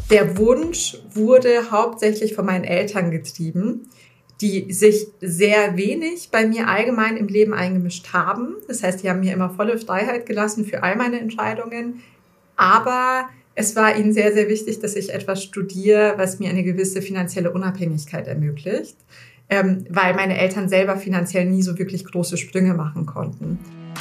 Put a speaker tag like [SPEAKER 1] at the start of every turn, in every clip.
[SPEAKER 1] Der Wunsch wurde hauptsächlich von meinen Eltern getrieben, die sich sehr wenig bei mir allgemein im Leben eingemischt haben. Das heißt, die haben mir immer volle Freiheit gelassen für all meine Entscheidungen. Aber es war ihnen sehr, sehr wichtig, dass ich etwas studiere, was mir eine gewisse finanzielle Unabhängigkeit ermöglicht, weil meine Eltern selber finanziell nie so wirklich große Sprünge machen konnten.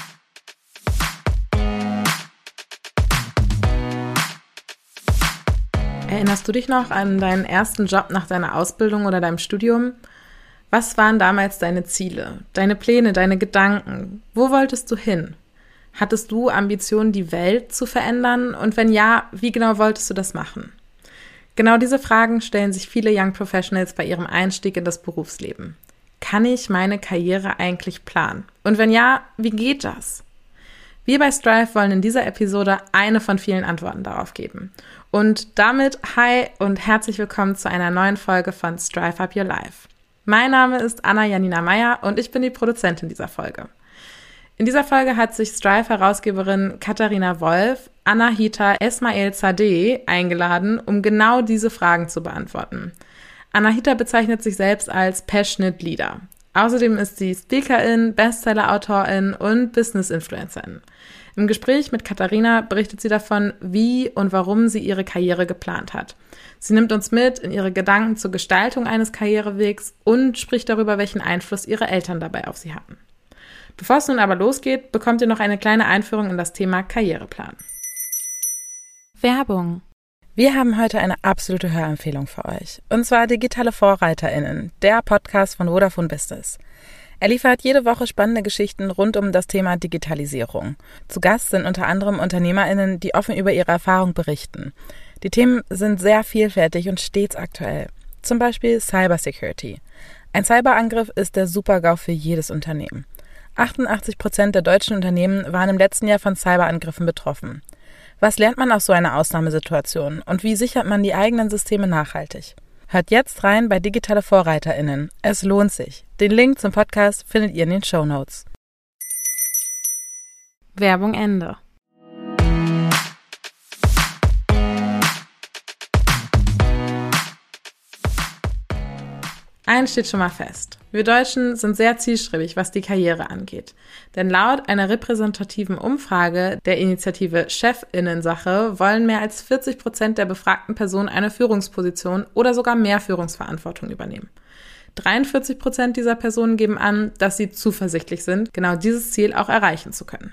[SPEAKER 2] Erinnerst du dich noch an deinen ersten Job nach deiner Ausbildung oder deinem Studium? Was waren damals deine Ziele, deine Pläne, deine Gedanken? Wo wolltest du hin? Hattest du Ambitionen, die Welt zu verändern? Und wenn ja, wie genau wolltest du das machen? Genau diese Fragen stellen sich viele Young Professionals bei ihrem Einstieg in das Berufsleben. Kann ich meine Karriere eigentlich planen? Und wenn ja, wie geht das? Wir bei Strive wollen in dieser Episode eine von vielen Antworten darauf geben. Und damit hi und herzlich willkommen zu einer neuen Folge von Strive Up Your Life. Mein Name ist Anna Janina Meyer und ich bin die Produzentin dieser Folge. In dieser Folge hat sich Strive-Herausgeberin Katharina Wolf, Anahita Esmail Zadeh eingeladen, um genau diese Fragen zu beantworten. Anahita bezeichnet sich selbst als Passionate Leader. Außerdem ist sie Speakerin, Bestseller-Autorin und Business-Influencerin. Im Gespräch mit Katharina berichtet sie davon, wie und warum sie ihre Karriere geplant hat. Sie nimmt uns mit in ihre Gedanken zur Gestaltung eines Karrierewegs und spricht darüber, welchen Einfluss ihre Eltern dabei auf sie hatten. Bevor es nun aber losgeht, bekommt ihr noch eine kleine Einführung in das Thema Karriereplan. Werbung. Wir haben heute eine absolute Hörempfehlung für euch. Und zwar Digitale VorreiterInnen, der Podcast von Vodafone Business. Er liefert jede Woche spannende Geschichten rund um das Thema Digitalisierung. Zu Gast sind unter anderem UnternehmerInnen, die offen über ihre Erfahrung berichten. Die Themen sind sehr vielfältig und stets aktuell. Zum Beispiel Cybersecurity. Ein Cyberangriff ist der Super-GAU für jedes Unternehmen. 88% der deutschen Unternehmen waren im letzten Jahr von Cyberangriffen betroffen. Was lernt man aus so einer Ausnahmesituation und wie sichert man die eigenen Systeme nachhaltig? Hört jetzt rein bei Digitale VorreiterInnen. Es lohnt sich. Den Link zum Podcast findet ihr in den Shownotes. Werbung Ende. Eins steht schon mal fest. Wir Deutschen sind sehr zielstrebig, was die Karriere angeht. Denn laut einer repräsentativen Umfrage der Initiative Chefinnensache wollen mehr als 40% der befragten Personen eine Führungsposition oder sogar mehr Führungsverantwortung übernehmen. 43% dieser Personen geben an, dass sie zuversichtlich sind, genau dieses Ziel auch erreichen zu können.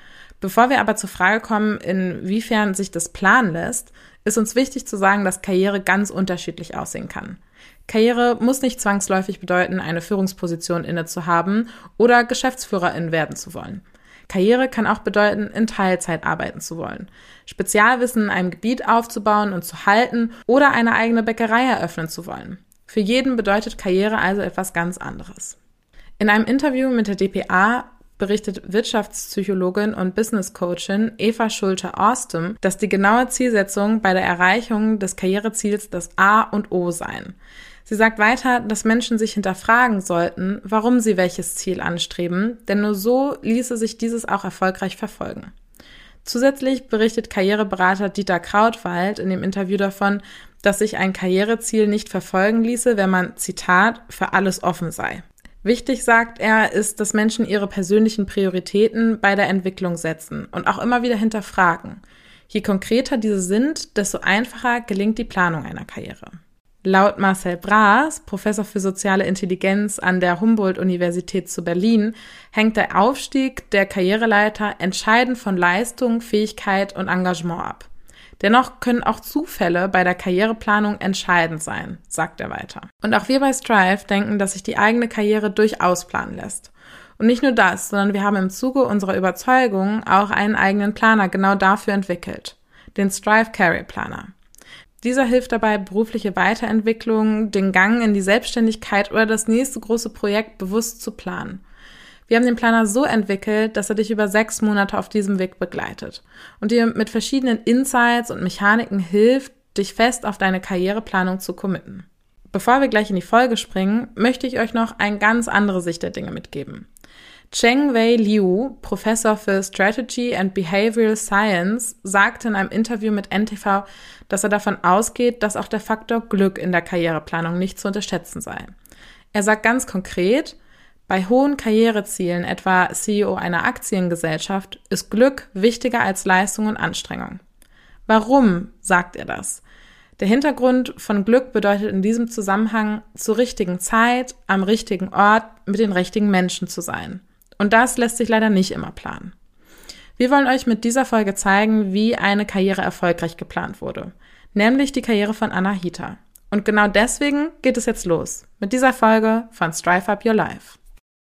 [SPEAKER 2] Bevor wir aber zur Frage kommen, inwiefern sich das planen lässt, ist uns wichtig zu sagen, dass Karriere ganz unterschiedlich aussehen kann. Karriere muss nicht zwangsläufig bedeuten, eine Führungsposition inne zu haben oder Geschäftsführerin werden zu wollen. Karriere kann auch bedeuten, in Teilzeit arbeiten zu wollen, Spezialwissen in einem Gebiet aufzubauen und zu halten oder eine eigene Bäckerei eröffnen zu wollen. Für jeden bedeutet Karriere also etwas ganz anderes. In einem Interview mit der dpa berichtet Wirtschaftspsychologin und Business-Coachin Eva Schulte-Orstem, dass die genaue Zielsetzung bei der Erreichung des Karriereziels das A und O seien. Sie sagt weiter, dass Menschen sich hinterfragen sollten, warum sie welches Ziel anstreben, denn nur so ließe sich dieses auch erfolgreich verfolgen. Zusätzlich berichtet Karriereberater Dieter Krautwald in dem Interview davon, dass sich ein Karriereziel nicht verfolgen ließe, wenn man, Zitat, für alles offen sei. Wichtig, sagt er, ist, dass Menschen ihre persönlichen Prioritäten bei der Entwicklung setzen und auch immer wieder hinterfragen. Je konkreter diese sind, desto einfacher gelingt die Planung einer Karriere. Laut Marcel Braas, Professor für soziale Intelligenz an der Humboldt-Universität zu Berlin, hängt der Aufstieg der Karriereleiter entscheidend von Leistung, Fähigkeit und Engagement ab. Dennoch können auch Zufälle bei der Karriereplanung entscheidend sein, sagt er weiter. Und auch wir bei Strive denken, dass sich die eigene Karriere durchaus planen lässt. Und nicht nur das, sondern wir haben im Zuge unserer Überzeugung auch einen eigenen Planer genau dafür entwickelt, den Strive Career Planner. Dieser hilft dabei, berufliche Weiterentwicklung, den Gang in die Selbstständigkeit oder das nächste große Projekt bewusst zu planen. Wir haben den Planer so entwickelt, dass er dich über 6 Monate auf diesem Weg begleitet und dir mit verschiedenen Insights und Mechaniken hilft, dich fest auf deine Karriereplanung zu committen. Bevor wir gleich in die Folge springen, möchte ich euch noch eine ganz andere Sicht der Dinge mitgeben. Cheng-Wei Liu, Professor für Strategy and Behavioral Science, sagte in einem Interview mit NTV, dass er davon ausgeht, dass auch der Faktor Glück in der Karriereplanung nicht zu unterschätzen sei. Er sagt ganz konkret, bei hohen Karrierezielen, etwa CEO einer Aktiengesellschaft, ist Glück wichtiger als Leistung und Anstrengung. Warum sagt er das? Der Hintergrund von Glück bedeutet in diesem Zusammenhang, zur richtigen Zeit, am richtigen Ort, mit den richtigen Menschen zu sein. Und das lässt sich leider nicht immer planen. Wir wollen euch mit dieser Folge zeigen, wie eine Karriere erfolgreich geplant wurde. Nämlich die Karriere von Anahita. Und genau deswegen geht es jetzt los mit dieser Folge von Strive Up Your Life.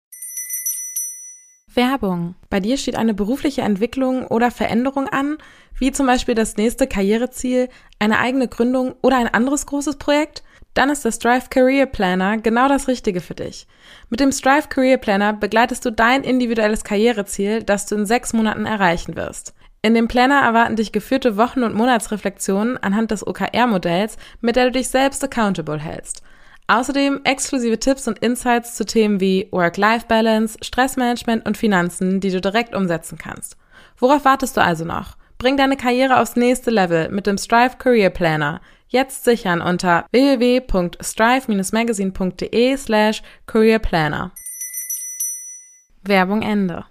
[SPEAKER 2] Werbung. Bei dir steht eine berufliche Entwicklung oder Veränderung an, wie zum Beispiel das nächste Karriereziel, eine eigene Gründung oder ein anderes großes Projekt? Dann ist der Strive Career Planner genau das Richtige für dich. Mit dem Strive Career Planner begleitest du dein individuelles Karriereziel, das du in 6 Monaten erreichen wirst. In dem Planner erwarten dich geführte Wochen- und Monatsreflexionen anhand des OKR-Modells, mit der du dich selbst accountable hältst. Außerdem exklusive Tipps und Insights zu Themen wie Work-Life-Balance, Stressmanagement und Finanzen, die du direkt umsetzen kannst. Worauf wartest du also noch? Bring deine Karriere aufs nächste Level mit dem Strive Career Planner. Jetzt sichern unter www.strive-magazine.de/careerplanner. Werbung Ende.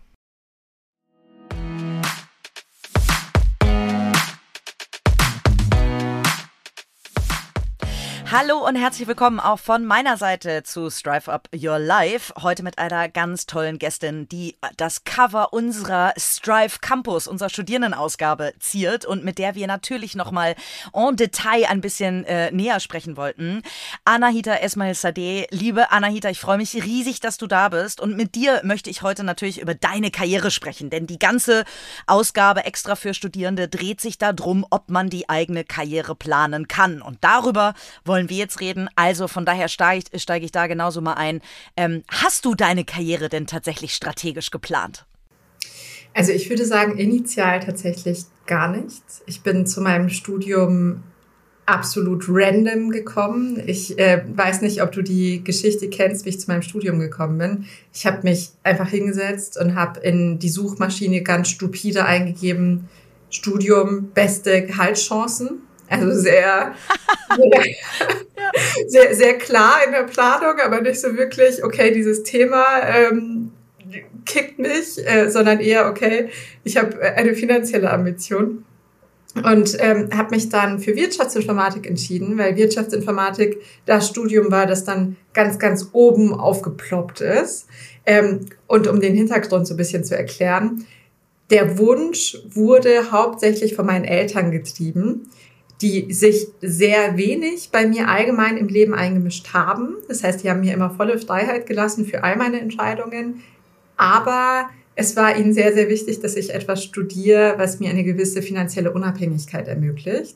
[SPEAKER 3] Hallo und herzlich willkommen auch von meiner Seite zu Strive Up Your Life. Heute mit einer ganz tollen Gästin, die das Cover unserer Strive Campus, unserer Studierendenausgabe, ziert und mit der wir natürlich nochmal en Detail ein bisschen näher sprechen wollten. Anahita Esmail-Sadeh. Liebe Anahita, ich freue mich riesig, dass du da bist und mit dir möchte ich heute natürlich über deine Karriere sprechen, denn die ganze Ausgabe extra für Studierende dreht sich darum, ob man die eigene Karriere planen kann und darüber wollen wir jetzt reden. Also von daher steige ich da genauso mal ein. Hast du deine Karriere denn tatsächlich strategisch geplant?
[SPEAKER 1] Also ich würde sagen, initial tatsächlich gar nicht. Ich bin zu meinem Studium absolut random gekommen. Ich weiß nicht, ob du die Geschichte kennst, wie ich zu meinem Studium gekommen bin. Ich habe mich einfach hingesetzt und habe in die Suchmaschine ganz stupide eingegeben, Studium, beste Gehaltschancen. Also sehr klar in der Planung, aber nicht so wirklich, okay, dieses Thema kickt mich, sondern eher, okay, ich habe eine finanzielle Ambition und habe mich dann für Wirtschaftsinformatik entschieden, weil Wirtschaftsinformatik das Studium war, das dann ganz, ganz oben aufgeploppt ist. Und um den Hintergrund so ein bisschen zu erklären, der Wunsch wurde hauptsächlich von meinen Eltern getrieben, die sich sehr wenig bei mir allgemein im Leben eingemischt haben. Das heißt, die haben mir immer volle Freiheit gelassen für all meine Entscheidungen. Aber es war ihnen sehr, sehr wichtig, dass ich etwas studiere, was mir eine gewisse finanzielle Unabhängigkeit ermöglicht,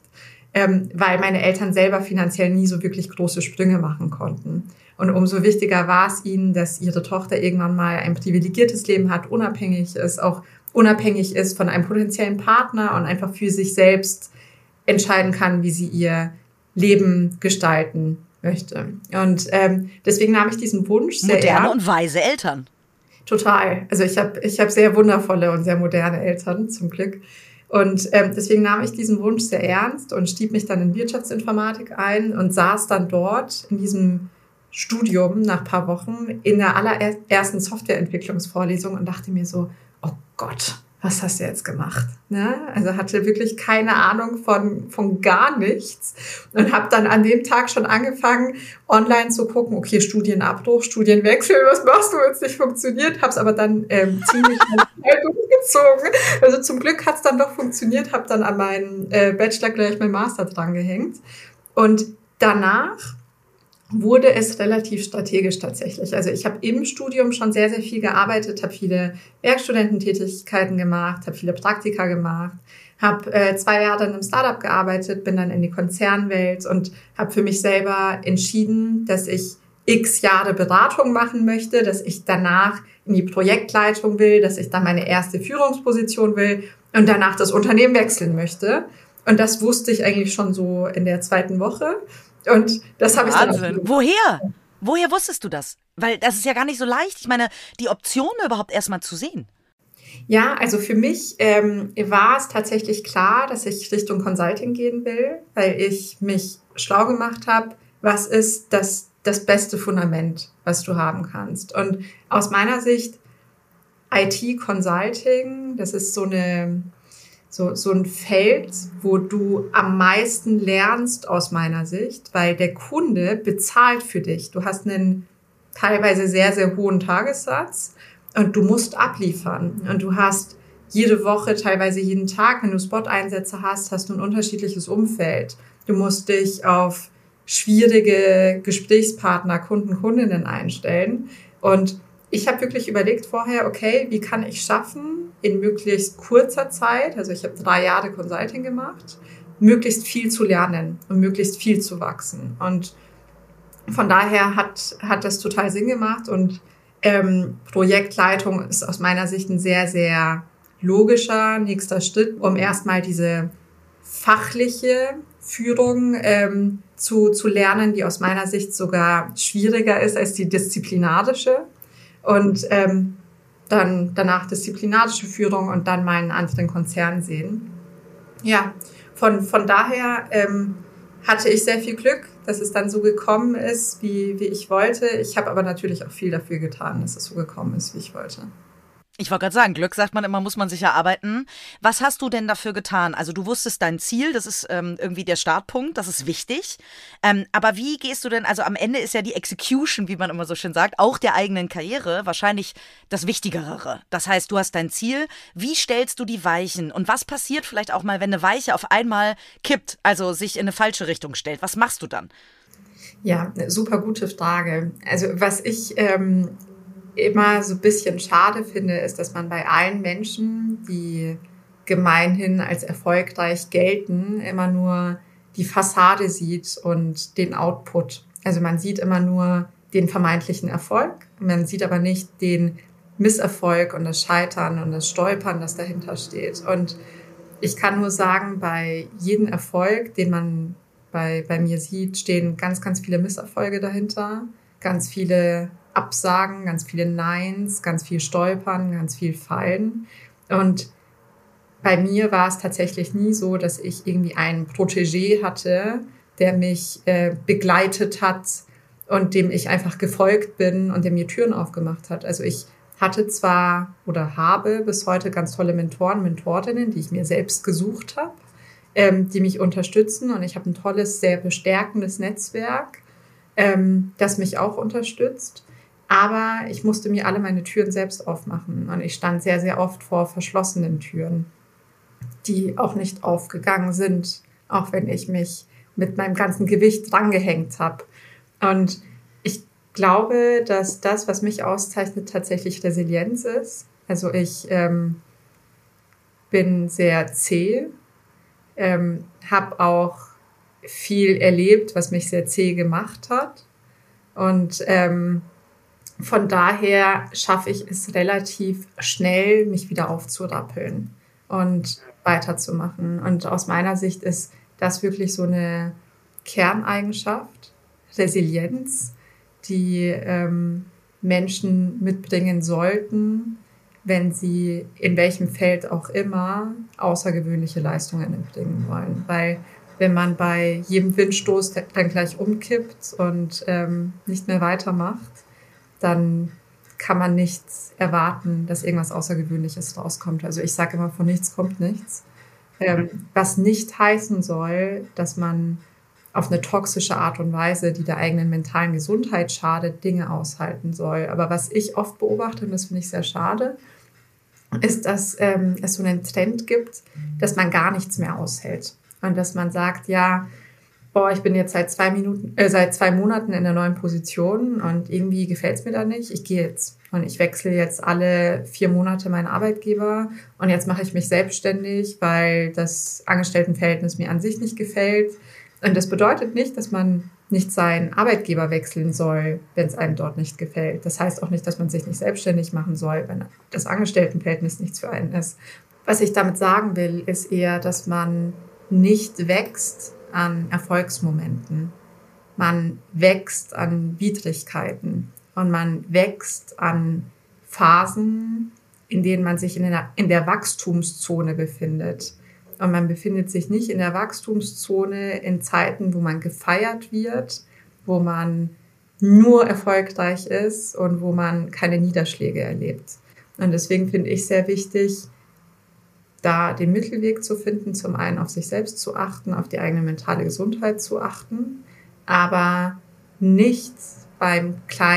[SPEAKER 1] weil meine Eltern selber finanziell nie so wirklich große Sprünge machen konnten. Und umso wichtiger war es ihnen, dass ihre Tochter irgendwann mal ein privilegiertes Leben hat, unabhängig ist, auch unabhängig ist von einem potenziellen Partner und einfach für sich selbst entscheiden kann, wie sie ihr Leben gestalten möchte. Und deswegen nahm ich diesen Wunsch sehr ernst.
[SPEAKER 3] Moderne und weise Eltern.
[SPEAKER 1] Total. Also ich hab sehr wundervolle und sehr moderne Eltern, zum Glück. Und deswegen nahm ich diesen Wunsch sehr ernst und stieg mich dann in Wirtschaftsinformatik ein und saß dann dort in diesem Studium nach ein paar Wochen in der allerersten Softwareentwicklungsvorlesung und dachte mir so, oh Gott, was hast du jetzt gemacht? Ne? Also hatte wirklich keine Ahnung von gar nichts und habe dann an dem Tag schon angefangen, online zu gucken, okay, Studienabbruch, Studienwechsel, was machst du, wenn es nicht funktioniert? Habe es aber dann ziemlich schnell durchgezogen. Also zum Glück hat es dann doch funktioniert, habe dann an meinen Bachelor gleich meinen Master dran gehängt. Und danach wurde es relativ strategisch tatsächlich. Also ich habe im Studium schon sehr, sehr viel gearbeitet, habe viele Werkstudententätigkeiten gemacht, habe viele Praktika gemacht, habe 2 Jahre in einem Startup gearbeitet, bin dann in die Konzernwelt und habe für mich selber entschieden, dass ich x Jahre Beratung machen möchte, dass ich danach in die Projektleitung will, dass ich dann meine erste Führungsposition will und danach das Unternehmen wechseln möchte. Und das wusste ich eigentlich schon so in der 2. Woche. Und das habe ich dann.
[SPEAKER 3] Wahnsinn. Woher? Woher wusstest du das? Weil das ist ja gar nicht so leicht. Ich meine, die Option überhaupt erstmal zu sehen.
[SPEAKER 1] Ja, also für mich war es tatsächlich klar, dass ich Richtung Consulting gehen will, weil ich mich schlau gemacht habe, was ist das beste Fundament, was du haben kannst. Und aus meiner Sicht, IT-Consulting, das ist so ein Feld, wo du am meisten lernst aus meiner Sicht, weil der Kunde bezahlt für dich. Du hast einen teilweise sehr, sehr hohen Tagessatz und du musst abliefern. Und du hast jede Woche, teilweise jeden Tag, wenn du Spot-Einsätze hast du ein unterschiedliches Umfeld. Du musst dich auf schwierige Gesprächspartner, Kunden, Kundinnen einstellen. Und ich habe wirklich überlegt vorher, okay, wie kann ich schaffen, in möglichst kurzer Zeit, also ich habe 3 Jahre Consulting gemacht, möglichst viel zu lernen und möglichst viel zu wachsen. Und von daher hat das total Sinn gemacht und Projektleitung ist aus meiner Sicht ein sehr, sehr logischer nächster Schritt, um erstmal diese fachliche Führung zu lernen, die aus meiner Sicht sogar schwieriger ist als die disziplinarische. Und dann danach disziplinarische Führung und dann mal einen anderen Konzern sehen. Ja, von daher hatte ich sehr viel Glück, dass es dann so gekommen ist, wie ich wollte. Ich habe aber natürlich auch viel dafür getan, dass es so gekommen ist, wie ich wollte.
[SPEAKER 3] Ich wollte gerade sagen, Glück sagt man immer, muss man sich erarbeiten. Was hast du denn dafür getan? Also du wusstest dein Ziel, das ist irgendwie der Startpunkt, das ist wichtig. Aber wie gehst du denn, also am Ende ist ja die Execution, wie man immer so schön sagt, auch der eigenen Karriere wahrscheinlich das Wichtigere. Das heißt, du hast dein Ziel, wie stellst du die Weichen? Und was passiert vielleicht auch mal, wenn eine Weiche auf einmal kippt, also sich in eine falsche Richtung stellt? Was machst du dann?
[SPEAKER 1] Ja, eine super gute Frage. Also was ich immer so ein bisschen schade finde, ist, dass man bei allen Menschen, die gemeinhin als erfolgreich gelten, immer nur die Fassade sieht und den Output. Also man sieht immer nur den vermeintlichen Erfolg, man sieht aber nicht den Misserfolg und das Scheitern und das Stolpern, das dahinter steht. Und ich kann nur sagen, bei jedem Erfolg, den man bei mir sieht, stehen ganz, ganz viele Misserfolge dahinter, ganz viele Absagen, ganz viele Neins, ganz viel Stolpern, ganz viel Fallen. Und bei mir war es tatsächlich nie so, dass ich irgendwie einen Protégé hatte, der mich begleitet hat und dem ich einfach gefolgt bin und der mir Türen aufgemacht hat. Also ich hatte zwar oder habe bis heute ganz tolle Mentoren, Mentorinnen, die ich mir selbst gesucht habe, die mich unterstützen. Und ich habe ein tolles, sehr bestärkendes Netzwerk, das mich auch unterstützt. Aber ich musste mir alle meine Türen selbst aufmachen. Und ich stand sehr, sehr oft vor verschlossenen Türen, die auch nicht aufgegangen sind, auch wenn ich mich mit meinem ganzen Gewicht drangehängt habe. Und ich glaube, dass das, was mich auszeichnet, tatsächlich Resilienz ist. Also ich bin sehr zäh, habe auch viel erlebt, was mich sehr zäh gemacht hat. Und von daher schaffe ich es relativ schnell, mich wieder aufzurappeln und weiterzumachen. Und aus meiner Sicht ist das wirklich so eine Kerneigenschaft, Resilienz, die Menschen mitbringen sollten, wenn sie in welchem Feld auch immer außergewöhnliche Leistungen erbringen wollen. Weil wenn man bei jedem Windstoß dann gleich umkippt und nicht mehr weitermacht, dann kann man nichts erwarten, dass irgendwas Außergewöhnliches rauskommt. Also ich sage immer, von nichts kommt nichts. Was nicht heißen soll, dass man auf eine toxische Art und Weise, die der eigenen mentalen Gesundheit schadet, Dinge aushalten soll. Aber was ich oft beobachte, und das finde ich sehr schade, ist, dass es so einen Trend gibt, dass man gar nichts mehr aushält. Und dass man sagt, ja, ich bin jetzt seit 2 Monaten in einer neuen Position und irgendwie gefällt es mir da nicht. Ich gehe jetzt und ich wechsle jetzt alle 4 Monate meinen Arbeitgeber und jetzt mache ich mich selbstständig, weil das Angestelltenverhältnis mir an sich nicht gefällt. Und das bedeutet nicht, dass man nicht seinen Arbeitgeber wechseln soll, wenn es einem dort nicht gefällt. Das heißt auch nicht, dass man sich nicht selbstständig machen soll, wenn das Angestelltenverhältnis nichts für einen ist. Was ich damit sagen will, ist eher, dass man nicht wächst an Erfolgsmomenten. man wächst an Widrigkeiten und man wächst an Phasen, in denen man sich in der Wachstumszone befindet. Und man befindet sich nicht in der Wachstumszone in Zeiten, wo man gefeiert wird, wo man nur erfolgreich ist und wo man keine Niederschläge erlebt. Und deswegen finde ich sehr wichtig, da den Mittelweg zu finden, zum einen auf sich selbst zu achten, auf die eigene mentale Gesundheit zu achten, aber nicht beim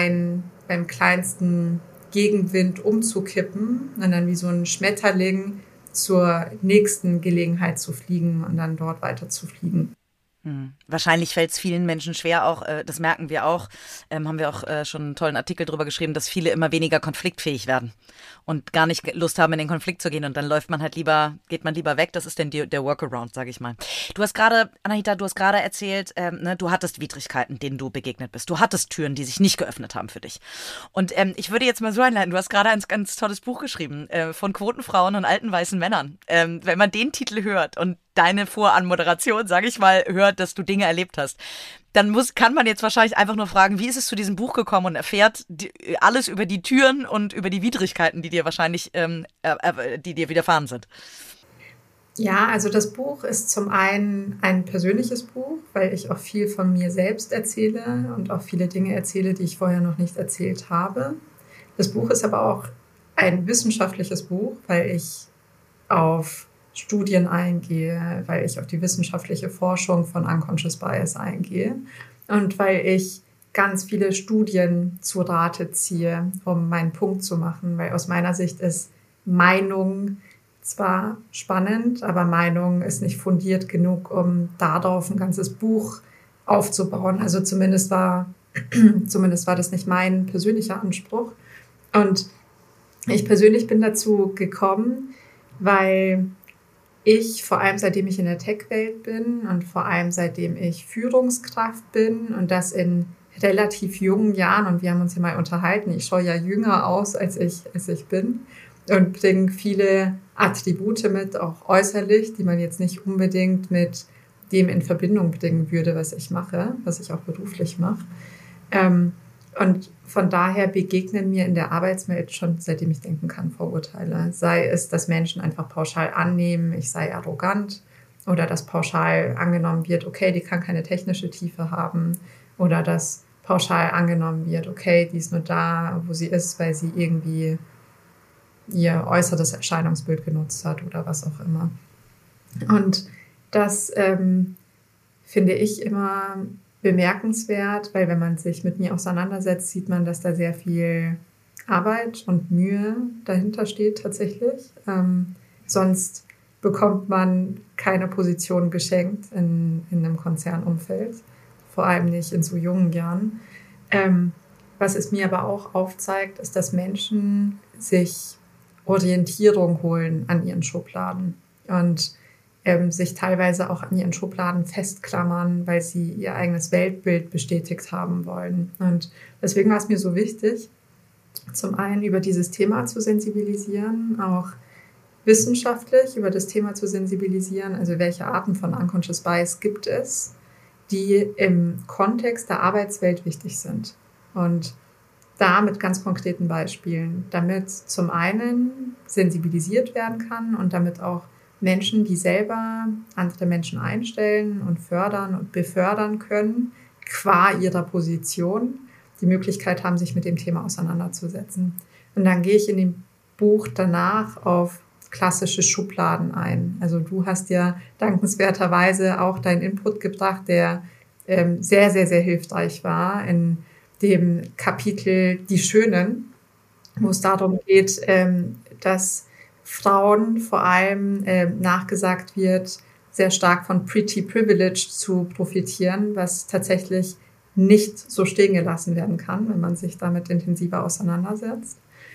[SPEAKER 1] kleinsten Gegenwind umzukippen, sondern wie so ein Schmetterling zur nächsten Gelegenheit zu fliegen und dann dort weiter zu fliegen.
[SPEAKER 3] Wahrscheinlich fällt es vielen Menschen schwer, auch das merken wir auch, haben wir auch schon einen tollen Artikel drüber geschrieben, dass viele immer weniger konfliktfähig werden und gar nicht Lust haben, in den Konflikt zu gehen und dann geht man lieber weg. Das ist dann der Workaround, sage ich mal. Du hast gerade, Anahita, erzählt, du hattest Widrigkeiten, denen du begegnet bist. Du hattest Türen, die sich nicht geöffnet haben für dich. Und ich würde jetzt mal so einleiten, du hast gerade ein ganz tolles Buch geschrieben von Quotenfrauen und alten weißen Männern. Wenn man den Titel hört und deine Voranmoderation, sage ich mal, hört, dass du Dinge erlebt hast, dann kann man jetzt wahrscheinlich einfach nur fragen, wie ist es zu diesem Buch gekommen und erfährt alles über die Türen und über die Widrigkeiten, die dir wahrscheinlich, die dir widerfahren sind.
[SPEAKER 1] Ja, also das Buch ist zum einen ein persönliches Buch, weil ich auch viel von mir selbst erzähle und auch viele Dinge erzähle, die ich vorher noch nicht erzählt habe. Das Buch ist aber auch ein wissenschaftliches Buch, weil ich auf Studien eingehe, weil ich auf die wissenschaftliche Forschung von Unconscious Bias eingehe und weil ich ganz viele Studien zu Rate ziehe, um meinen Punkt zu machen, weil aus meiner Sicht ist Meinung zwar spannend, aber Meinung ist nicht fundiert genug, um darauf ein ganzes Buch aufzubauen. Also zumindest war das nicht mein persönlicher Anspruch. Und ich persönlich bin dazu gekommen, weil ich, vor allem seitdem ich in der Tech-Welt bin und vor allem seitdem ich Führungskraft bin und das in relativ jungen Jahren, und wir haben uns ja mal unterhalten, ich schaue ja jünger aus, als ich bin und bringe viele Attribute mit, auch äußerlich, die man jetzt nicht unbedingt mit dem in Verbindung bringen würde, was ich mache, was ich auch beruflich mache. Und von daher begegnen mir in der Arbeitswelt schon, seitdem ich denken kann, Vorurteile. Sei es, dass Menschen einfach pauschal annehmen, ich sei arrogant, oder dass pauschal angenommen wird, okay, die kann keine technische Tiefe haben, oder dass pauschal angenommen wird, okay, die ist nur da, wo sie ist, weil sie irgendwie ihr äußeres Erscheinungsbild genutzt hat oder was auch immer. Und das finde ich immer bemerkenswert, weil wenn man sich mit mir auseinandersetzt, sieht man, dass da sehr viel Arbeit und Mühe dahinter steht tatsächlich. Sonst bekommt man keine Position geschenkt in einem Konzernumfeld, vor allem nicht in so jungen Jahren. Was es mir aber auch aufzeigt, ist, dass Menschen sich Orientierung holen an ihren Schubladen und sich teilweise auch an ihren Schubladen festklammern, weil sie ihr eigenes Weltbild bestätigt haben wollen. Und deswegen war es mir so wichtig, zum einen über dieses Thema zu sensibilisieren, auch wissenschaftlich über das Thema zu sensibilisieren, also welche Arten von Unconscious Bias gibt es, die im Kontext der Arbeitswelt wichtig sind. Und da mit ganz konkreten Beispielen, damit zum einen sensibilisiert werden kann und damit auch Menschen, die selber andere Menschen einstellen und fördern und befördern können, qua ihrer Position, die Möglichkeit haben, sich mit dem Thema auseinanderzusetzen. Und dann gehe ich in dem Buch danach auf klassische Schubladen ein. Also du hast ja dankenswerterweise auch deinen Input gebracht, der sehr, sehr, sehr hilfreich war in dem Kapitel Die Schönen, wo es darum geht, dass Frauen vor allem nachgesagt wird, sehr stark von Pretty Privilege zu profitieren, was tatsächlich nicht so stehen gelassen werden kann, wenn man sich damit intensiver auseinandersetzt.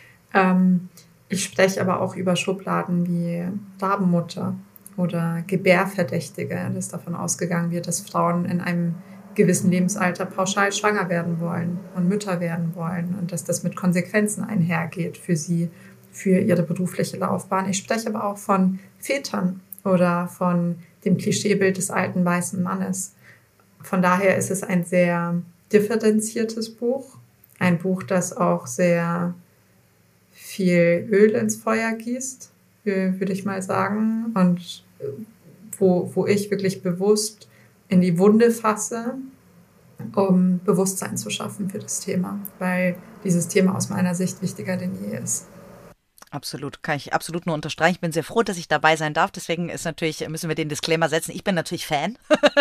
[SPEAKER 1] Ich spreche aber auch über Schubladen wie Rabenmutter oder Gebärverdächtige, dass davon ausgegangen wird, dass Frauen in einem gewissen Lebensalter pauschal schwanger werden wollen und Mütter werden wollen und dass das mit Konsequenzen einhergeht für sie, für ihre berufliche Laufbahn. Ich spreche aber auch von Vätern oder von dem Klischeebild des alten weißen Mannes, von daher ist es ein sehr differenziertes Buch. Ein Buch, das auch sehr viel Öl ins Feuer gießt, würde ich mal sagen. Und wo ich wirklich bewusst in die Wunde fasse, um Bewusstsein zu schaffen für das Thema, weil dieses Thema aus meiner Sicht wichtiger denn je ist.
[SPEAKER 3] Absolut, kann ich absolut nur unterstreichen. Ich bin sehr froh, dass ich dabei sein darf. Deswegen müssen wir den Disclaimer setzen. Ich bin natürlich Fan.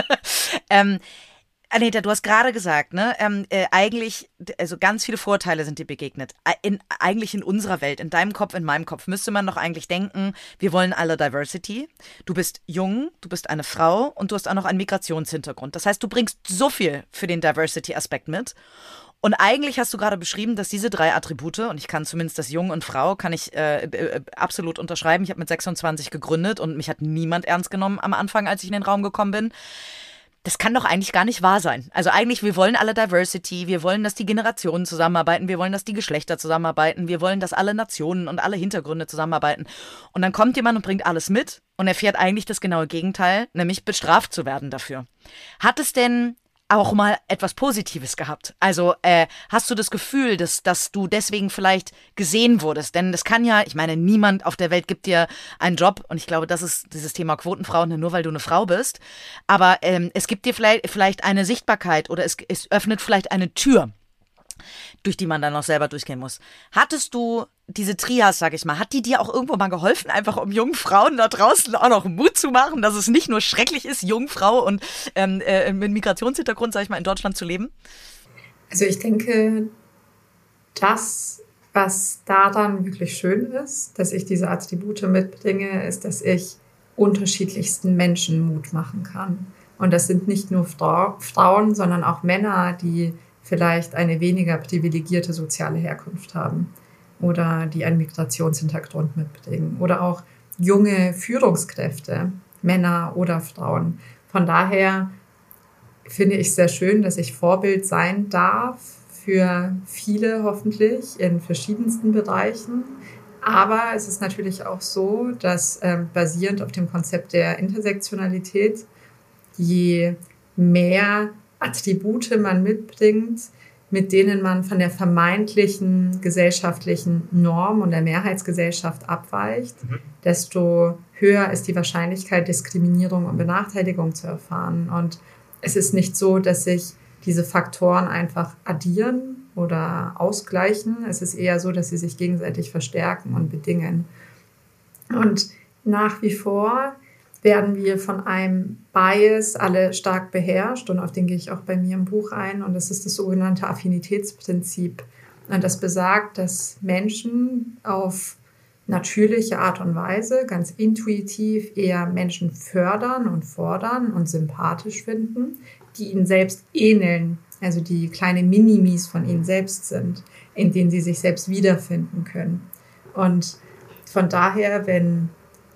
[SPEAKER 3] Anita, du hast gerade gesagt, ne, eigentlich, also ganz viele Vorteile sind dir begegnet. Eigentlich in unserer Welt, in deinem Kopf, in meinem Kopf, müsste man doch eigentlich denken, wir wollen alle Diversity. Du bist jung, du bist eine Frau und du hast auch noch einen Migrationshintergrund. Das heißt, du bringst so viel für den Diversity-Aspekt mit. Und eigentlich hast du gerade beschrieben, dass diese 3 Attribute, und ich kann zumindest das Jung und Frau, kann ich absolut unterschreiben. Ich habe mit 26 gegründet und mich hat niemand ernst genommen am Anfang, als ich in den Raum gekommen bin. Das kann doch eigentlich gar nicht wahr sein. Also eigentlich, wir wollen alle Diversity, wir wollen, dass die Generationen zusammenarbeiten, wir wollen, dass die Geschlechter zusammenarbeiten, wir wollen, dass alle Nationen und alle Hintergründe zusammenarbeiten. Und dann kommt jemand und bringt alles mit und erfährt eigentlich das genaue Gegenteil, nämlich bestraft zu werden dafür. Hat es denn auch mal etwas Positives gehabt? Also hast du das Gefühl, dass du deswegen vielleicht gesehen wurdest? Denn das kann ja, ich meine, niemand auf der Welt gibt dir einen Job und ich glaube, das ist dieses Thema Quotenfrauen, nur weil du eine Frau bist. Aber es gibt dir vielleicht eine Sichtbarkeit oder es öffnet vielleicht eine Tür, durch die man dann noch selber durchgehen muss. Hattest du diese Trias, sag ich mal, hat die dir auch irgendwo mal geholfen, einfach um jungen Frauen da draußen auch noch Mut zu machen, dass es nicht nur schrecklich ist, Jungfrau und mit Migrationshintergrund, sag ich mal, in Deutschland zu leben?
[SPEAKER 1] Also ich denke, das, was daran wirklich schön ist, dass ich diese Attribute mitbringe, ist, dass ich unterschiedlichsten Menschen Mut machen kann. Und das sind nicht nur Frauen, sondern auch Männer, die vielleicht eine weniger privilegierte soziale Herkunft haben oder die einen Migrationshintergrund mitbringen oder auch junge Führungskräfte, Männer oder Frauen. Von daher finde ich es sehr schön, dass ich Vorbild sein darf für viele hoffentlich in verschiedensten Bereichen. Aber es ist natürlich auch so, dass basierend auf dem Konzept der Intersektionalität, je mehr Attribute man mitbringt, mit denen man von der vermeintlichen gesellschaftlichen Norm und der Mehrheitsgesellschaft abweicht, desto höher ist die Wahrscheinlichkeit, Diskriminierung und Benachteiligung zu erfahren. Und es ist nicht so, dass sich diese Faktoren einfach addieren oder ausgleichen. Es ist eher so, dass sie sich gegenseitig verstärken und bedingen. Und nach wie vor werden wir von einem Bias alle stark beherrscht und auf den gehe ich auch bei mir im Buch ein und das ist das sogenannte Affinitätsprinzip. Und das besagt, dass Menschen auf natürliche Art und Weise, ganz intuitiv eher Menschen fördern und fordern und sympathisch finden, die ihnen selbst ähneln, also die kleine Minimis von ihnen selbst sind, in denen sie sich selbst wiederfinden können. Und von daher, wenn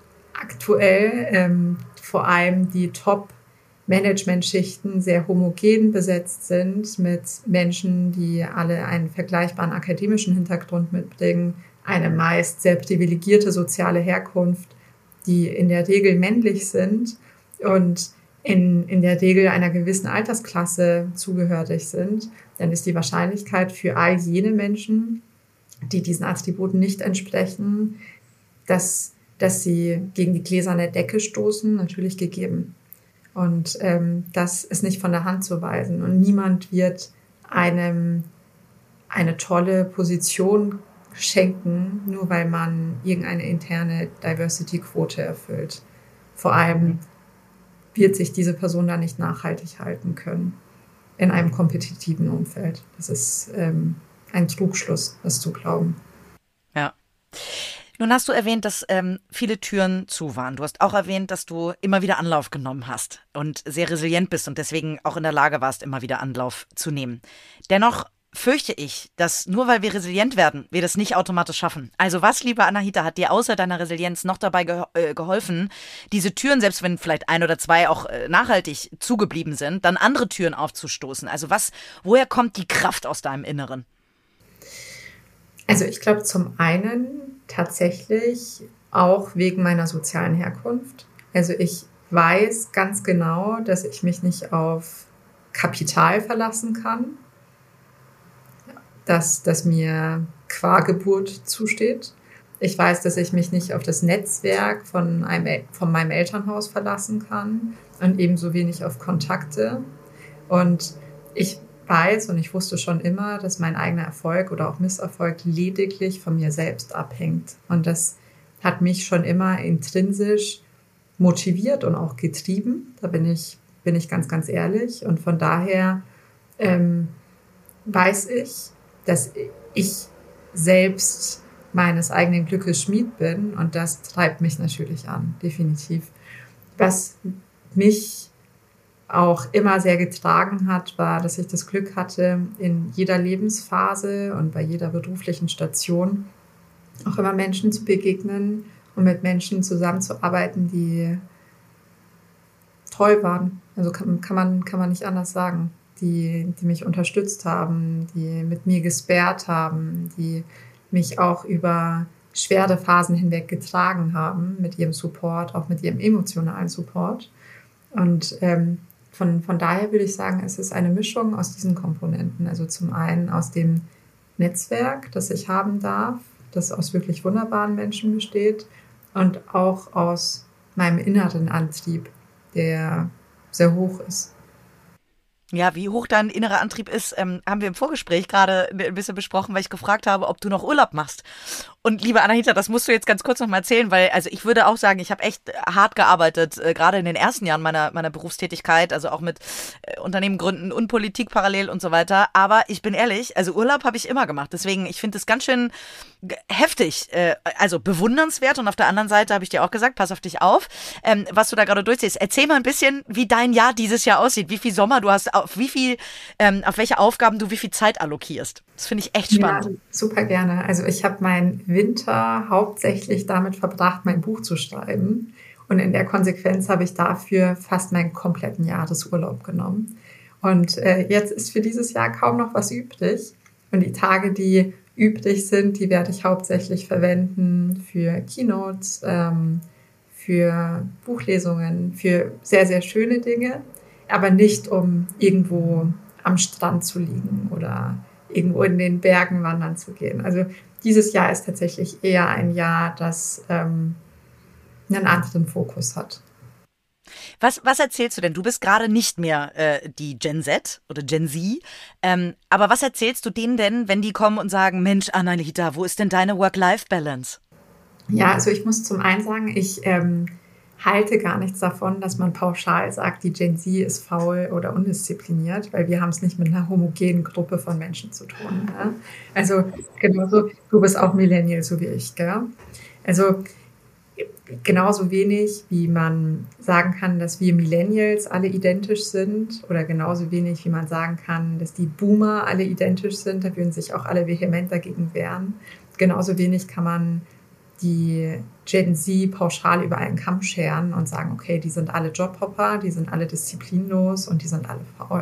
[SPEAKER 1] aktuell vor allem die Top-Management-Schichten sehr homogen besetzt sind mit Menschen, die alle einen vergleichbaren akademischen Hintergrund mitbringen, eine meist sehr privilegierte soziale Herkunft, die in der Regel männlich sind und in der Regel einer gewissen Altersklasse zugehörig sind, dann ist die Wahrscheinlichkeit für all jene Menschen, die diesen Attributen nicht entsprechen, dass sie gegen die gläserne Decke stoßen, natürlich gegeben. Und das ist nicht von der Hand zu weisen. Und niemand wird einem eine tolle Position schenken, nur weil man irgendeine interne Diversity-Quote erfüllt. Vor allem wird sich diese Person da nicht nachhaltig halten können in einem kompetitiven Umfeld. Das ist ein Trugschluss, das zu glauben.
[SPEAKER 3] Ja. Nun hast du erwähnt, dass viele Türen zu waren. Du hast auch erwähnt, dass du immer wieder Anlauf genommen hast und sehr resilient bist und deswegen auch in der Lage warst, immer wieder Anlauf zu nehmen. Dennoch fürchte ich, dass nur weil wir resilient werden, wir das nicht automatisch schaffen. Also was, liebe Anahita, hat dir außer deiner Resilienz noch dabei geholfen, diese Türen, selbst wenn vielleicht 1 oder 2 auch nachhaltig zugeblieben sind, dann andere Türen aufzustoßen? Also woher kommt die Kraft aus deinem Inneren?
[SPEAKER 1] Also ich glaube zum einen tatsächlich auch wegen meiner sozialen Herkunft. Also ich weiß ganz genau, dass ich mich nicht auf Kapital verlassen kann, das mir qua Geburt zusteht. Ich weiß, dass ich mich nicht auf das Netzwerk von meinem Elternhaus verlassen kann und ebenso wenig auf Kontakte. Und ich weiß und ich wusste schon immer, dass mein eigener Erfolg oder auch Misserfolg lediglich von mir selbst abhängt. Und das hat mich schon immer intrinsisch motiviert und auch getrieben. Da bin ich ganz, ganz ehrlich. Und von daher weiß ich, dass ich selbst meines eigenen Glückes Schmied bin. Und das treibt mich natürlich an, definitiv. Was mich auch immer sehr getragen hat, war, dass ich das Glück hatte, in jeder Lebensphase und bei jeder beruflichen Station auch immer Menschen zu begegnen und mit Menschen zusammenzuarbeiten, die treu waren. Also kann man nicht anders sagen. Die mich unterstützt haben, die mit mir gespared haben, die mich auch über schwere Phasen hinweg getragen haben mit ihrem Support, auch mit ihrem emotionalen Support. Und von daher würde ich sagen, es ist eine Mischung aus diesen Komponenten. Also zum einen aus dem Netzwerk, das ich haben darf, das aus wirklich wunderbaren Menschen besteht und auch aus meinem inneren Antrieb, der sehr hoch ist.
[SPEAKER 3] Ja, wie hoch dein innerer Antrieb ist, haben wir im Vorgespräch gerade ein bisschen besprochen, weil ich gefragt habe, ob du noch Urlaub machst. Und liebe Anahita, das musst du jetzt ganz kurz noch mal erzählen, weil also ich würde auch sagen, ich habe echt hart gearbeitet, gerade in den ersten Jahren meiner Berufstätigkeit, also auch mit Unternehmen gründen und Politik parallel und so weiter. Aber ich bin ehrlich, also Urlaub habe ich immer gemacht. Deswegen, ich finde es ganz schön heftig, also bewundernswert. Und auf der anderen Seite habe ich dir auch gesagt, pass auf dich auf, was du da gerade durchziehst. Erzähl mal ein bisschen, wie dein Jahr dieses Jahr aussieht, wie viel Sommer du hast, auf welche Aufgaben du wie viel Zeit allokierst. Das finde ich echt spannend.
[SPEAKER 1] Ja, super gerne. Also ich habe meinen Winter hauptsächlich damit verbracht, mein Buch zu schreiben. Und in der Konsequenz habe ich dafür fast meinen kompletten Jahresurlaub genommen. Und jetzt ist für dieses Jahr kaum noch was übrig. Und die Tage, die übrig sind, die werde ich hauptsächlich verwenden für Keynotes, für Buchlesungen, für sehr, sehr schöne Dinge, aber nicht, um irgendwo am Strand zu liegen oder irgendwo in den Bergen wandern zu gehen. Also dieses Jahr ist tatsächlich eher ein Jahr, das einen anderen Fokus hat.
[SPEAKER 3] Was erzählst du denn? Du bist gerade nicht mehr die Gen Z oder Gen Z, aber was erzählst du denen denn, wenn die kommen und sagen, Mensch, Anahita, wo ist denn deine Work-Life-Balance?
[SPEAKER 1] Ja, also ich muss zum einen sagen, ich halte gar nichts davon, dass man pauschal sagt, die Gen Z ist faul oder undiszipliniert, weil wir haben es nicht mit einer homogenen Gruppe von Menschen zu tun. Ja? Also genauso, du bist auch Millennial, so wie ich. Gell? Also genauso wenig, wie man sagen kann, dass wir Millennials alle identisch sind oder genauso wenig, wie man sagen kann, dass die Boomer alle identisch sind, da würden sich auch alle vehement dagegen wehren. Genauso wenig kann man die Gen Z pauschal über einen Kamm scheren und sagen, okay, die sind alle Jobhopper, die sind alle disziplinlos und die sind alle faul.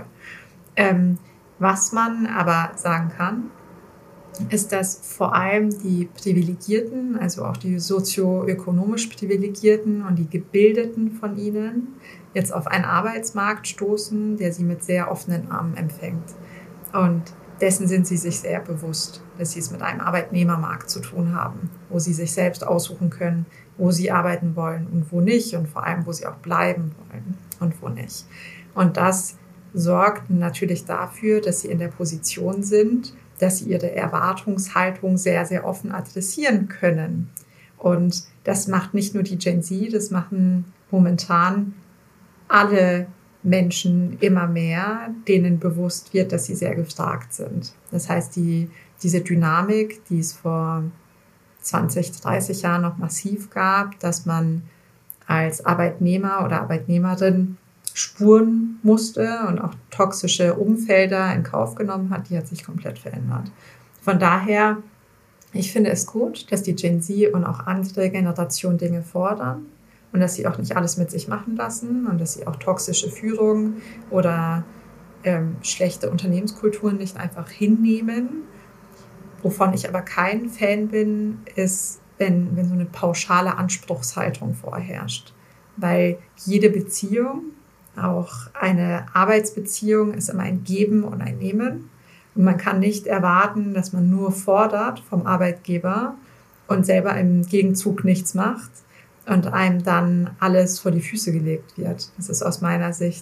[SPEAKER 1] Was man aber sagen kann, ist, dass vor allem die Privilegierten, also auch die sozioökonomisch Privilegierten und die Gebildeten von ihnen jetzt auf einen Arbeitsmarkt stoßen, der sie mit sehr offenen Armen empfängt. Und dessen sind sie sich sehr bewusst, dass sie es mit einem Arbeitnehmermarkt zu tun haben, wo sie sich selbst aussuchen können, wo sie arbeiten wollen und wo nicht und vor allem, wo sie auch bleiben wollen und wo nicht. Und das sorgt natürlich dafür, dass sie in der Position sind, dass sie ihre Erwartungshaltung sehr, sehr offen adressieren können. Und das macht nicht nur die Gen Z, das machen momentan alle Menschen immer mehr, denen bewusst wird, dass sie sehr gefragt sind. Das heißt, diese Dynamik, die es vor 20, 30 Jahren noch massiv gab, dass man als Arbeitnehmer oder Arbeitnehmerin spuren musste und auch toxische Umfelder in Kauf genommen hat, die hat sich komplett verändert. Von daher, ich finde es gut, dass die Gen Z und auch andere Generationen Dinge fordern und dass sie auch nicht alles mit sich machen lassen und dass sie auch toxische Führung oder schlechte Unternehmenskulturen nicht einfach hinnehmen. Wovon ich aber kein Fan bin, ist, wenn so eine pauschale Anspruchshaltung vorherrscht. Weil jede Beziehung auch eine Arbeitsbeziehung ist immer ein Geben und ein Nehmen. Und man kann nicht erwarten, dass man nur fordert vom Arbeitgeber und selber im Gegenzug nichts macht und einem dann alles vor die Füße gelegt wird. Das ist aus meiner Sicht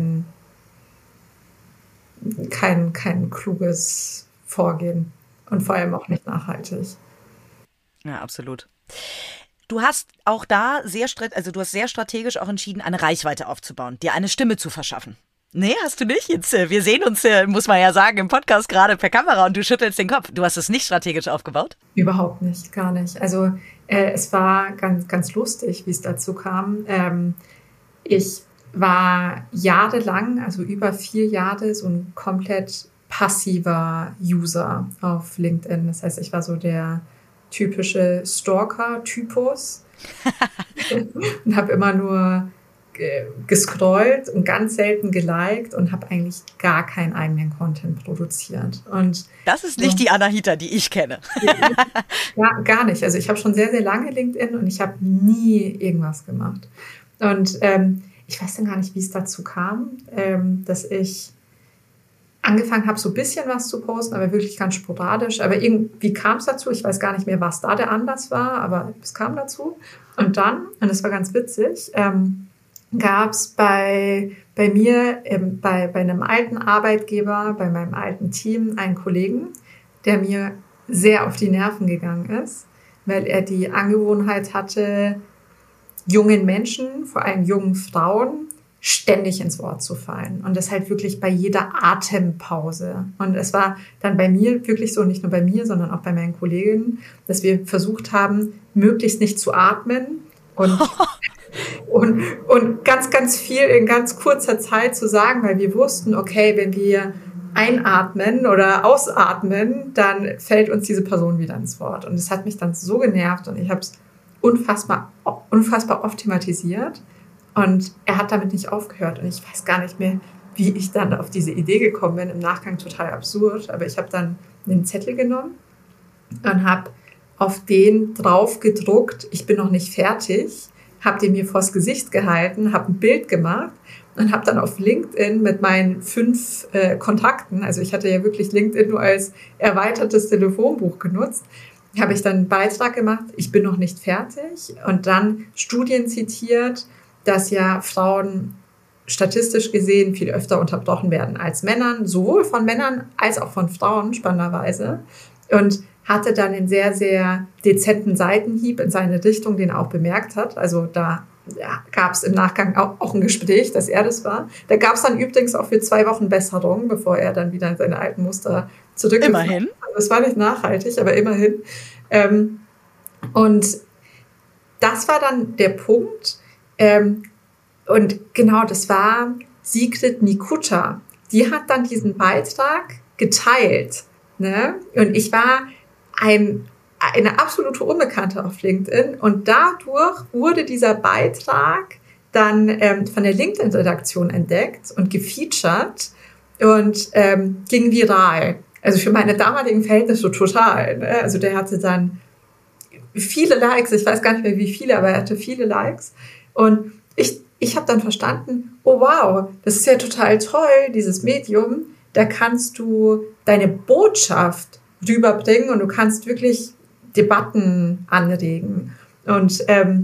[SPEAKER 1] kein kluges Vorgehen und vor allem auch nicht nachhaltig.
[SPEAKER 3] Ja, absolut. Du hast auch da sehr strategisch auch entschieden, eine Reichweite aufzubauen, dir eine Stimme zu verschaffen. Nee, hast du nicht? Jetzt, wir sehen uns, muss man ja sagen, im Podcast gerade per Kamera und du schüttelst den Kopf. Du hast es nicht strategisch aufgebaut?
[SPEAKER 1] Überhaupt nicht, gar nicht. Also es war ganz, ganz lustig, wie es dazu kam. Ich war jahrelang, also über 4 Jahre, so ein komplett passiver User auf LinkedIn. Das heißt, ich war so der typische Stalker-Typus und habe immer nur gescrollt und ganz selten geliked und habe eigentlich gar keinen eigenen Content produziert. Und
[SPEAKER 3] das ist nicht die Anahita, die ich kenne.
[SPEAKER 1] Ja, gar nicht. Also ich habe schon sehr, sehr lange LinkedIn und ich habe nie irgendwas gemacht. Und ich weiß dann gar nicht, wie es dazu kam, dass ich angefangen habe, so ein bisschen was zu posten, aber wirklich ganz sporadisch. Aber irgendwie kam es dazu. Ich weiß gar nicht mehr, was da der Anlass war, aber es kam dazu. Und dann, und das war ganz witzig, gab es bei mir, bei einem alten Arbeitgeber, bei meinem alten Team, einen Kollegen, der mir sehr auf die Nerven gegangen ist, weil er die Angewohnheit hatte, jungen Menschen, vor allem jungen Frauen, ständig ins Wort zu fallen. Und das halt wirklich bei jeder Atempause. Und es war dann bei mir wirklich so, nicht nur bei mir, sondern auch bei meinen Kolleginnen, dass wir versucht haben, möglichst nicht zu atmen und ganz, ganz viel in ganz kurzer Zeit zu sagen, weil wir wussten, okay, wenn wir einatmen oder ausatmen, dann fällt uns diese Person wieder ins Wort. Und das hat mich dann so genervt und ich habe es unfassbar oft thematisiert und er hat damit nicht aufgehört und ich weiß gar nicht mehr, wie ich dann auf diese Idee gekommen bin, im Nachgang total absurd, aber ich habe dann einen Zettel genommen und habe auf den drauf gedruckt, ich bin noch nicht fertig, habe den mir vors Gesicht gehalten, habe ein Bild gemacht und habe dann auf LinkedIn mit meinen 5 Kontakten, also ich hatte ja wirklich LinkedIn nur als erweitertes Telefonbuch genutzt, habe ich dann einen Beitrag gemacht, ich bin noch nicht fertig und dann Studien zitiert, dass ja Frauen statistisch gesehen viel öfter unterbrochen werden als Männern, sowohl von Männern als auch von Frauen, spannenderweise. Und hatte dann einen sehr, sehr dezenten Seitenhieb in seine Richtung, den er auch bemerkt hat. Also da gab es im Nachgang auch ein Gespräch, dass er das war. Da gab es dann übrigens auch für 2 Wochen Besserung, bevor er dann wieder in seine alten Muster zurückgekommen ist.
[SPEAKER 3] Immerhin.
[SPEAKER 1] Das war nicht nachhaltig, aber immerhin. Und das war dann der Punkt. Und genau, das war Sigrid Nikutta. Die hat dann diesen Beitrag geteilt. Ne? Und ich war eine absolute Unbekannte auf LinkedIn und dadurch wurde dieser Beitrag dann von der LinkedIn-Redaktion entdeckt und gefeatured und ging viral. Also für meine damaligen Verhältnisse total. Ne? Also der hatte dann viele Likes, ich weiß gar nicht mehr wie viele, aber er hatte viele Likes und ich habe dann verstanden, oh wow, das ist ja total toll, dieses Medium, da kannst du deine Botschaft rüberbringen und du kannst wirklich Debatten anregen. Und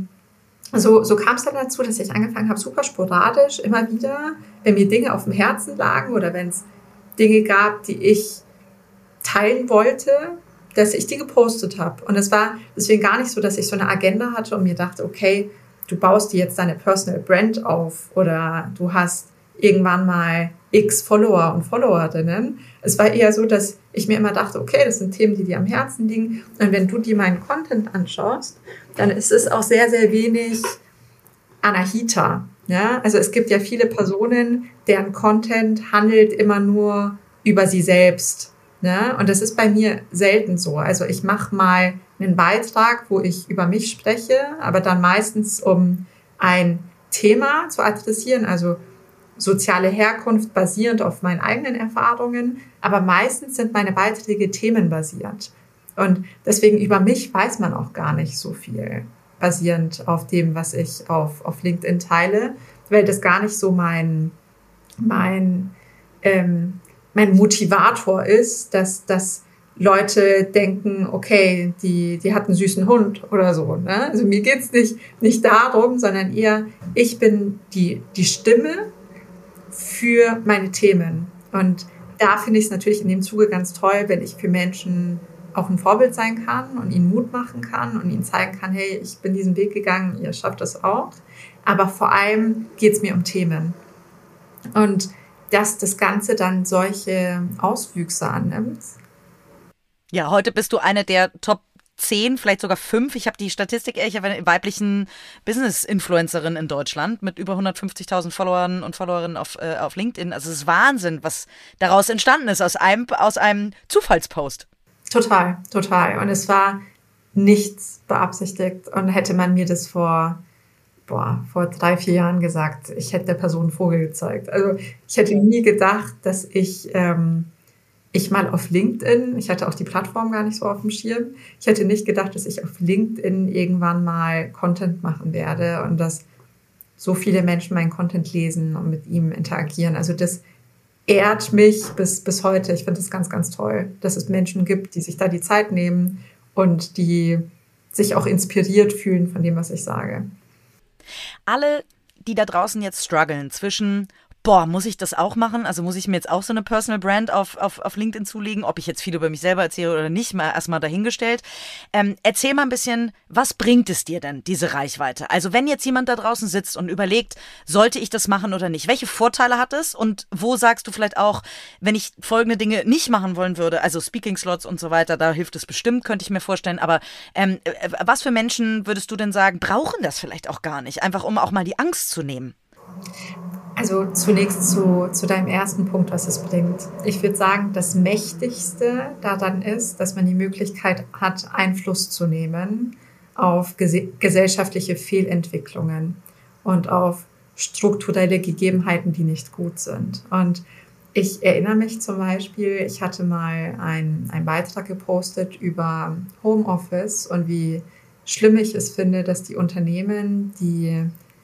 [SPEAKER 1] so kam es dann dazu, dass ich angefangen habe, super sporadisch, immer wieder, wenn mir Dinge auf dem Herzen lagen oder wenn es Dinge gab, die ich teilen wollte, dass ich die gepostet habe. Und es war deswegen gar nicht so, dass ich so eine Agenda hatte und mir dachte, okay, du baust dir jetzt deine Personal Brand auf oder du hast irgendwann mal x Follower und Followerinnen. Es war eher so, dass ich mir immer dachte, okay, das sind Themen, die dir am Herzen liegen. Und wenn du dir meinen Content anschaust, dann ist es auch sehr, sehr wenig Anahita. Ja? Also es gibt ja viele Personen, deren Content handelt immer nur über sie selbst. Ne? Und das ist bei mir selten so. Also ich mache mal einen Beitrag, wo ich über mich spreche, aber dann meistens um ein Thema zu adressieren, also soziale Herkunft basierend auf meinen eigenen Erfahrungen, aber meistens sind meine Beiträge themenbasiert. Und deswegen über mich weiß man auch gar nicht so viel, basierend auf dem, was ich auf LinkedIn teile. weil das gar nicht so mein Motivator ist, dass Leute denken, okay, die hat einen süßen Hund oder so. Ne? Also mir geht's nicht darum, sondern eher, ich bin die Stimme für meine Themen. Und da finde ich es natürlich in dem Zuge ganz toll, wenn ich für Menschen auch ein Vorbild sein kann und ihnen Mut machen kann und ihnen zeigen kann, hey, ich bin diesen Weg gegangen, ihr schafft das auch. Aber vor allem geht es mir um Themen. Und dass das Ganze dann solche Auswüchse annimmt.
[SPEAKER 3] Ja, heute bist du eine der Top 10, vielleicht sogar 5. Ich habe die Statistik, ich habe eine weiblichen Business-Influencerin in Deutschland mit über 150.000 Followern und Followerinnen auf LinkedIn. Also es ist Wahnsinn, was daraus entstanden ist, aus einem Zufallspost.
[SPEAKER 1] Total. Und es war nichts beabsichtigt. Und hätte man mir das vor 3-4 Jahren gesagt, ich hätte der Person einen Vogel gezeigt. Also ich hätte nie gedacht, dass ich mal auf LinkedIn, ich hatte auch die Plattform gar nicht so auf dem Schirm, ich hätte nicht gedacht, dass ich auf LinkedIn irgendwann mal Content machen werde und dass so viele Menschen meinen Content lesen und mit ihm interagieren. Also das ehrt mich bis heute. Ich finde das ganz, ganz toll, dass es Menschen gibt, die sich da die Zeit nehmen und die sich auch inspiriert fühlen von dem, was ich sage.
[SPEAKER 3] Alle, die da draußen jetzt strugglen zwischen muss ich das auch machen? Also muss ich mir jetzt auch so eine Personal Brand auf LinkedIn zulegen? Ob ich jetzt viel über mich selber erzähle oder nicht, mal erstmal dahingestellt. Erzähl mal ein bisschen, was bringt es dir denn, diese Reichweite? Also wenn jetzt jemand da draußen sitzt und überlegt, sollte ich das machen oder nicht? Welche Vorteile hat es? Und wo sagst du vielleicht auch, wenn ich folgende Dinge nicht machen wollen würde, also Speaking Slots und so weiter, da hilft es bestimmt, könnte ich mir vorstellen. Aber was für Menschen würdest du denn sagen, brauchen das vielleicht auch gar nicht? Einfach um auch mal die Angst zu nehmen.
[SPEAKER 1] Also zunächst zu deinem ersten Punkt, was es bringt. Ich würde sagen, das Mächtigste daran ist, dass man die Möglichkeit hat, Einfluss zu nehmen auf gesellschaftliche Fehlentwicklungen und auf strukturelle Gegebenheiten, die nicht gut sind. Und ich erinnere mich zum Beispiel, ich hatte mal einen Beitrag gepostet über Homeoffice und wie schlimm ich es finde, dass die Unternehmen, die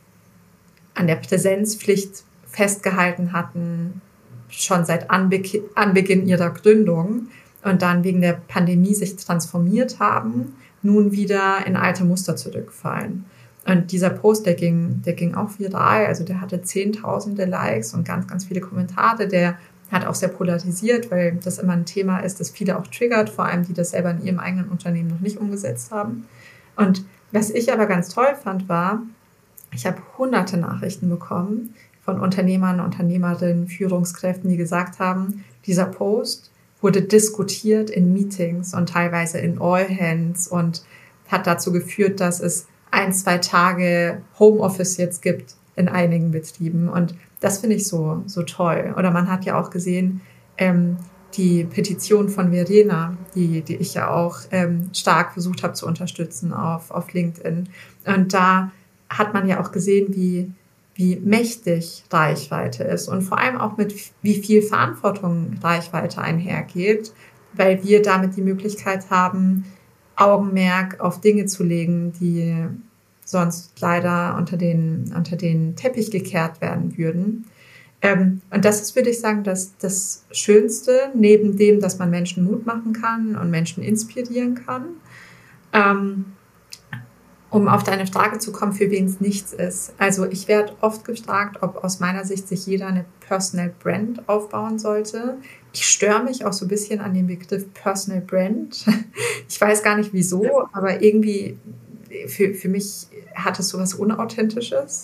[SPEAKER 1] an der Präsenzpflicht festgehalten hatten, schon seit Anbeginn ihrer Gründung und dann wegen der Pandemie sich transformiert haben, nun wieder in alte Muster zurückfallen. Und dieser Post, der ging auch viral, also der hatte Zehntausende Likes und ganz, ganz viele Kommentare, der hat auch sehr polarisiert, weil das immer ein Thema ist, das viele auch triggert, vor allem die das selber in ihrem eigenen Unternehmen noch nicht umgesetzt haben. Und was ich aber ganz toll fand, war, ich habe hunderte Nachrichten bekommen von Unternehmern, Unternehmerinnen, Führungskräften, die gesagt haben, dieser Post wurde diskutiert in Meetings und teilweise in All Hands und hat dazu geführt, dass es 1-2 Tage Homeoffice jetzt gibt in einigen Betrieben. Und das finde ich so toll. Oder man hat ja auch gesehen, die Petition von Verena, die ich ja auch stark versucht habe zu unterstützen auf LinkedIn. Und da hat man ja auch gesehen, wie mächtig Reichweite ist und vor allem auch mit wie viel Verantwortung Reichweite einhergeht, weil wir damit die Möglichkeit haben, Augenmerk auf Dinge zu legen, die sonst leider unter den Teppich gekehrt werden würden. Und das ist, würde ich sagen, das Schönste, neben dem, dass man Menschen Mut machen kann und Menschen inspirieren kann. Um auf deine Frage zu kommen, für wen es nichts ist. Also ich werde oft gefragt, ob aus meiner Sicht sich jeder eine Personal Brand aufbauen sollte. Ich störe mich auch so ein bisschen an dem Begriff Personal Brand. Ich weiß gar nicht wieso, aber irgendwie für mich hat es so was Unauthentisches.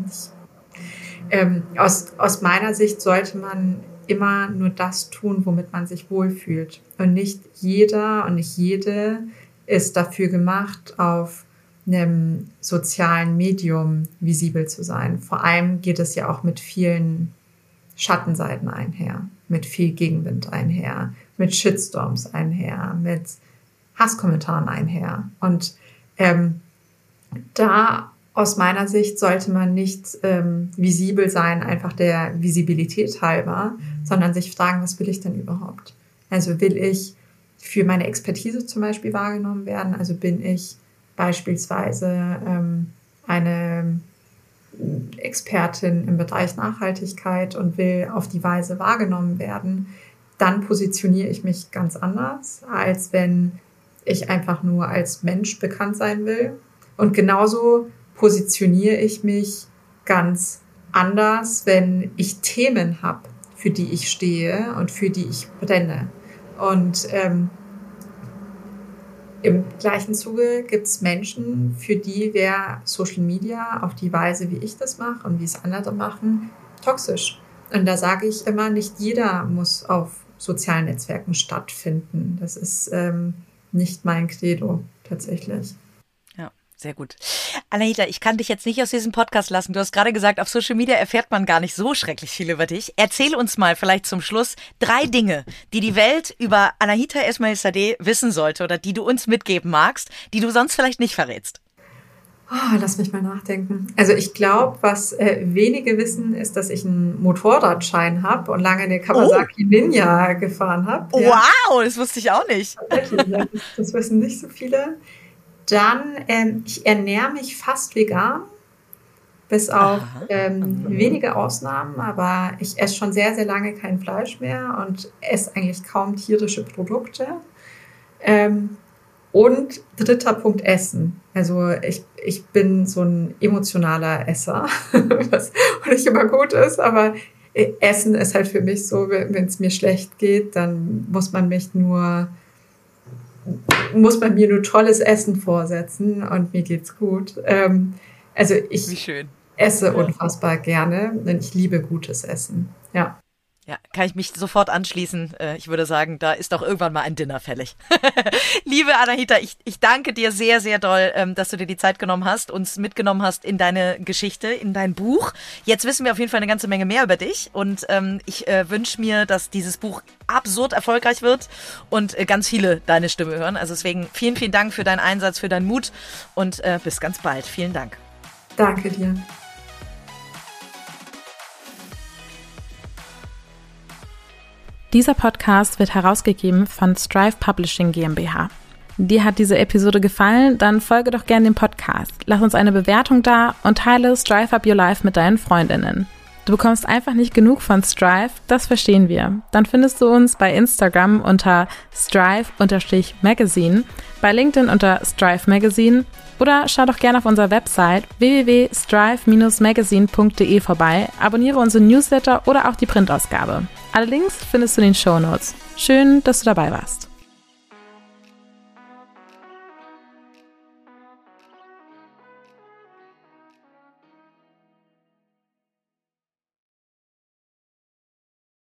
[SPEAKER 1] Aus meiner Sicht sollte man immer nur das tun, womit man sich wohlfühlt. Und nicht jeder und nicht jede ist dafür gemacht, auf einem sozialen Medium visibel zu sein. Vor allem geht es ja auch mit vielen Schattenseiten einher, mit viel Gegenwind einher, mit Shitstorms einher, mit Hasskommentaren einher. Und da aus meiner Sicht sollte man nicht visibel sein, einfach der Visibilität halber, sondern sich fragen, was will ich denn überhaupt? Also will ich für meine Expertise zum Beispiel wahrgenommen werden? Also bin ich beispielsweise eine Expertin im Bereich Nachhaltigkeit und will auf die Weise wahrgenommen werden, dann positioniere ich mich ganz anders, als wenn ich einfach nur als Mensch bekannt sein will. Und genauso positioniere ich mich ganz anders, wenn ich Themen habe, für die ich stehe und für die ich brenne. Und im gleichen Zuge gibt es Menschen, für die wäre Social Media auf die Weise, wie ich das mache und wie es andere machen, toxisch. Und da sage ich immer, nicht jeder muss auf sozialen Netzwerken stattfinden. Das ist nicht mein Credo tatsächlich.
[SPEAKER 3] Sehr gut. Anahita, ich kann dich jetzt nicht aus diesem Podcast lassen. Du hast gerade gesagt, auf Social Media erfährt man gar nicht so schrecklich viel über dich. Erzähl uns mal vielleicht zum Schluss 3 Dinge, die die Welt über Anahita Esmailzadeh wissen sollte oder die du uns mitgeben magst, die du sonst vielleicht nicht verrätst.
[SPEAKER 1] Oh, lass mich mal nachdenken. Also ich glaube, was wenige wissen, ist, dass ich einen Motorradschein habe und lange eine Kawasaki Ninja gefahren habe.
[SPEAKER 3] Ja. Wow, das wusste ich auch nicht.
[SPEAKER 1] Ja, das wissen nicht so viele. Dann, ich ernähre mich fast vegan, bis auf wenige Ausnahmen, aber ich esse schon sehr, sehr lange kein Fleisch mehr und esse eigentlich kaum tierische Produkte. Und 3. Punkt, Essen. Also ich bin so ein emotionaler Esser, was nicht immer gut ist, aber Essen ist halt für mich so, wenn es mir schlecht geht, dann muss man mir nur tolles Essen vorsetzen und mir geht's gut. Also ich esse unfassbar gerne, denn ich liebe gutes Essen. Ja.
[SPEAKER 3] Ja, kann ich mich sofort anschließen. Ich würde sagen, da ist doch irgendwann mal ein Dinner fällig. Liebe Anahita, ich danke dir sehr, sehr doll, dass du dir die Zeit genommen hast, uns mitgenommen hast in deine Geschichte, in dein Buch. Jetzt wissen wir auf jeden Fall eine ganze Menge mehr über dich und ich wünsche mir, dass dieses Buch absurd erfolgreich wird und ganz viele deine Stimme hören. Also deswegen vielen, vielen Dank für deinen Einsatz, für deinen Mut und bis ganz bald. Vielen Dank.
[SPEAKER 1] Danke dir.
[SPEAKER 2] Dieser Podcast wird herausgegeben von Strive Publishing GmbH. Dir hat diese Episode gefallen? Dann folge doch gerne dem Podcast. Lass uns eine Bewertung da und teile Strive Up Your Life mit deinen Freundinnen. Du bekommst einfach nicht genug von Strive, das verstehen wir. Dann findest du uns bei Instagram unter strive_magazine, bei LinkedIn unter Strive Magazine oder schau doch gerne auf unserer Website www.strive-magazine.de vorbei, abonniere unsere Newsletter oder auch die Printausgabe. Alle Links findest du in den Shownotes. Schön, dass du dabei warst.